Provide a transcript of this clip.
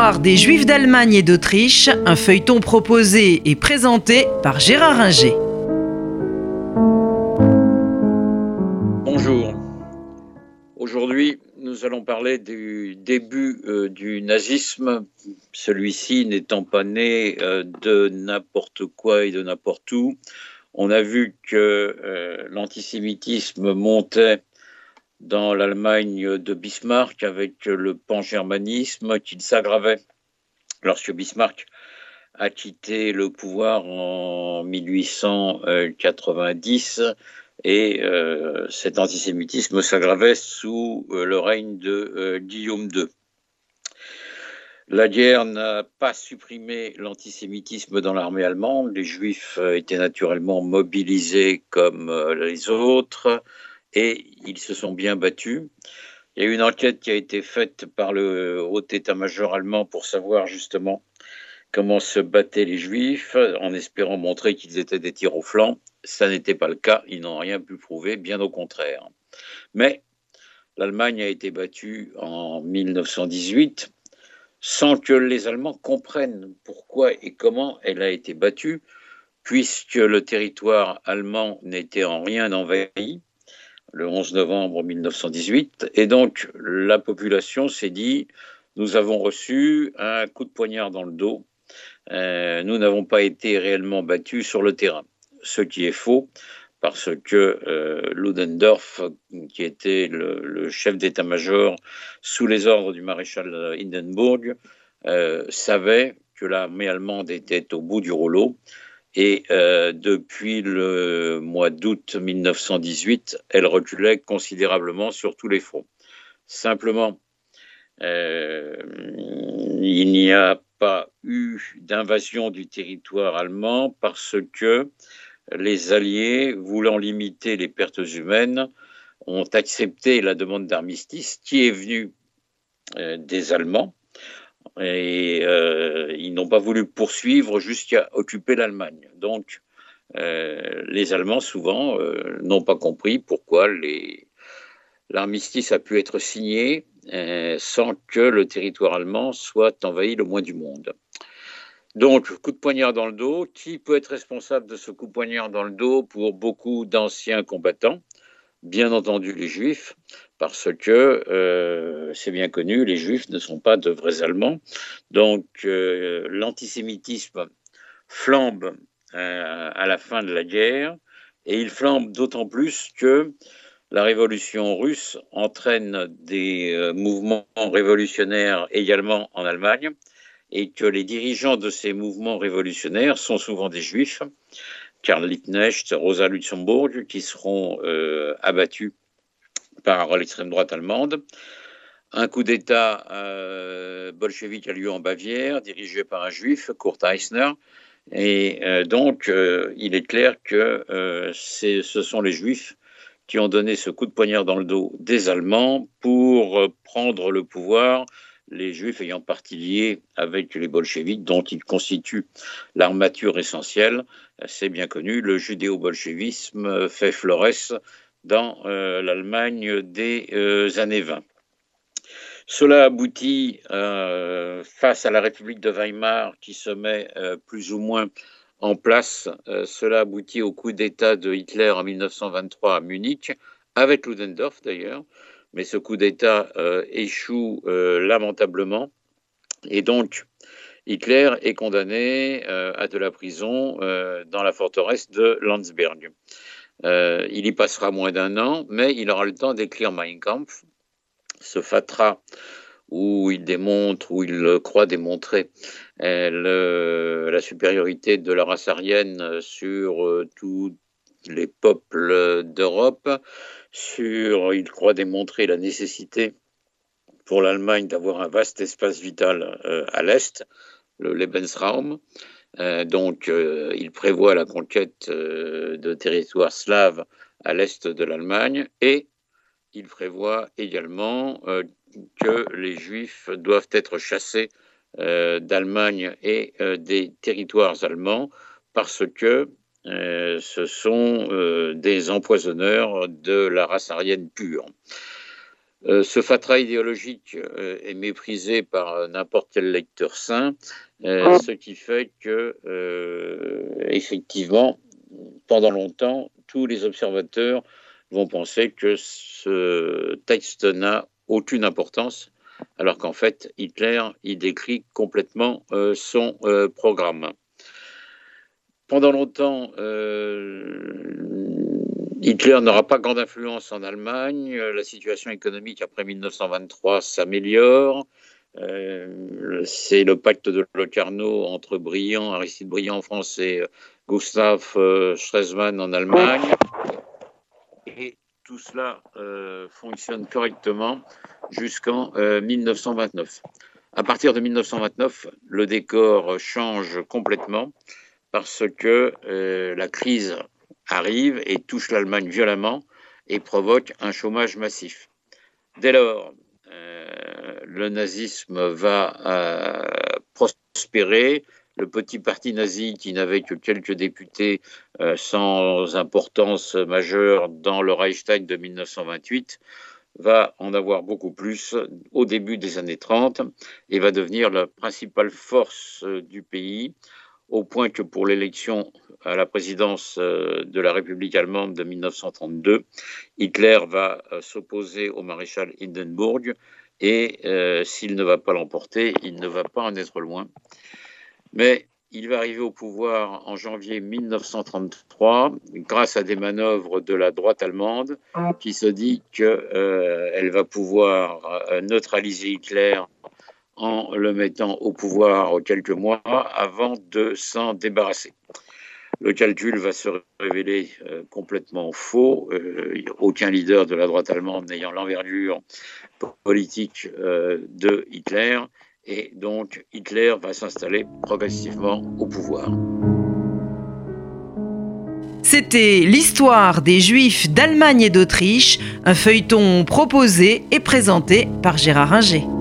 L'histoire des Juifs d'Allemagne et d'Autriche, un feuilleton proposé et présenté par Gérard Inger. Bonjour. Aujourd'hui, nous allons parler du début du nazisme, celui-ci n'étant pas né de n'importe quoi et de n'importe où. On a vu que l'antisémitisme montait dans l'Allemagne de Bismarck avec le pangermanisme, qu'il s'aggravait lorsque Bismarck a quitté le pouvoir en 1890 et cet antisémitisme s'aggravait sous le règne de Guillaume II. La guerre n'a pas supprimé l'antisémitisme dans l'armée allemande. Les Juifs étaient naturellement mobilisés comme les autres et ils se sont bien battus. Il y a eu une enquête qui a été faite par le haut état-major allemand pour savoir justement comment se battaient les Juifs, en espérant montrer qu'ils étaient des tirs au flanc. Ça n'était pas le cas, ils n'ont rien pu prouver, bien au contraire. Mais l'Allemagne a été battue en 1918 sans que les Allemands comprennent pourquoi et comment elle a été battue, puisque le territoire allemand n'était en rien envahi le 11 novembre 1918. Et donc, la population s'est dit, nous avons reçu un coup de poignard dans le dos. Nous n'avons pas été réellement battus sur le terrain. Ce qui est faux, parce que Ludendorff, qui était le chef d'état-major sous les ordres du maréchal Hindenburg, savait que l'armée allemande était au bout du rouleau. Et depuis le mois d'août 1918, elle reculait considérablement sur tous les fronts. Simplement, il n'y a pas eu d'invasion du territoire allemand parce que les Alliés, voulant limiter les pertes humaines, ont accepté la demande d'armistice qui est venue des Allemands. Et ils n'ont pas voulu poursuivre jusqu'à occuper l'Allemagne. Donc, les Allemands, souvent, n'ont pas compris pourquoi l'armistice a pu être signé sans que le territoire allemand soit envahi le moins du monde. Donc, coup de poignard dans le dos. Qui peut être responsable de ce coup de poignard dans le dos pour beaucoup d'anciens combattants ? Bien entendu les Juifs, parce que c'est bien connu, les Juifs ne sont pas de vrais Allemands. Donc l'antisémitisme flambe à la fin de la guerre, et il flambe d'autant plus que la révolution russe entraîne des mouvements révolutionnaires également en Allemagne, et que les dirigeants de ces mouvements révolutionnaires sont souvent des Juifs. Karl Liebknecht, Rosa Luxemburg, qui seront abattus par l'extrême droite allemande. Un coup d'État bolchevique a lieu en Bavière, dirigé par un juif, Kurt Eisner. Et donc, il est clair que ce sont les Juifs qui ont donné ce coup de poignard dans le dos des Allemands pour prendre le pouvoir, les Juifs ayant partie liée avec les bolcheviks, dont ils constituent l'armature essentielle. C'est bien connu, le judéo-bolchevisme fait florès dans l'Allemagne des années 20. Cela aboutit face à la République de Weimar qui se met plus ou moins en place. Cela aboutit au coup d'État de Hitler en 1923 à Munich, avec Ludendorff d'ailleurs, mais ce coup d'État échoue lamentablement. Et donc, Hitler est condamné à de la prison dans la forteresse de Landsberg. Il y passera moins d'un an, mais il aura le temps d'écrire Mein Kampf, ce fatras où il croit démontrer la supériorité de la race aryenne sur tous les peuples d'Europe. Il croit démontrer la nécessité pour l'Allemagne d'avoir un vaste espace vital à l'Est, le Lebensraum. Donc, il prévoit la conquête de territoires slaves à l'Est de l'Allemagne et il prévoit également que les Juifs doivent être chassés d'Allemagne et des territoires allemands parce que ce sont des empoisonneurs de la race aryenne pure. Ce fatras idéologique est méprisé par n'importe quel lecteur sain, ce qui fait que, effectivement, pendant longtemps, tous les observateurs vont penser que ce texte n'a aucune importance, alors qu'en fait, Hitler y décrit complètement son programme. Pendant longtemps, Hitler n'aura pas grande influence en Allemagne. La situation économique après 1923 s'améliore. C'est le pacte de Locarno entre Aristide Briand en France et Gustav Stresemann en Allemagne. Et tout cela fonctionne correctement jusqu'en 1929. À partir de 1929, le décor change complètement parce que la crise arrive et touche l'Allemagne violemment et provoque un chômage massif. Dès lors, le nazisme va prospérer. Le petit parti nazi, qui n'avait que quelques députés sans importance majeure dans le Reichstag de 1928, va en avoir beaucoup plus au début des années 30 et va devenir la principale force du pays, au point que pour l'élection à la présidence de la République allemande de 1932, Hitler va s'opposer au maréchal Hindenburg et s'il ne va pas l'emporter, il ne va pas en être loin. Mais il va arriver au pouvoir en janvier 1933 grâce à des manœuvres de la droite allemande qui se dit qu'elle va pouvoir neutraliser Hitler en le mettant au pouvoir quelques mois avant de s'en débarrasser. Le calcul va se révéler complètement faux, aucun leader de la droite allemande n'ayant l'envergure politique de Hitler, et donc Hitler va s'installer progressivement au pouvoir. C'était l'histoire des Juifs d'Allemagne et d'Autriche, un feuilleton proposé et présenté par Gérard Ringer.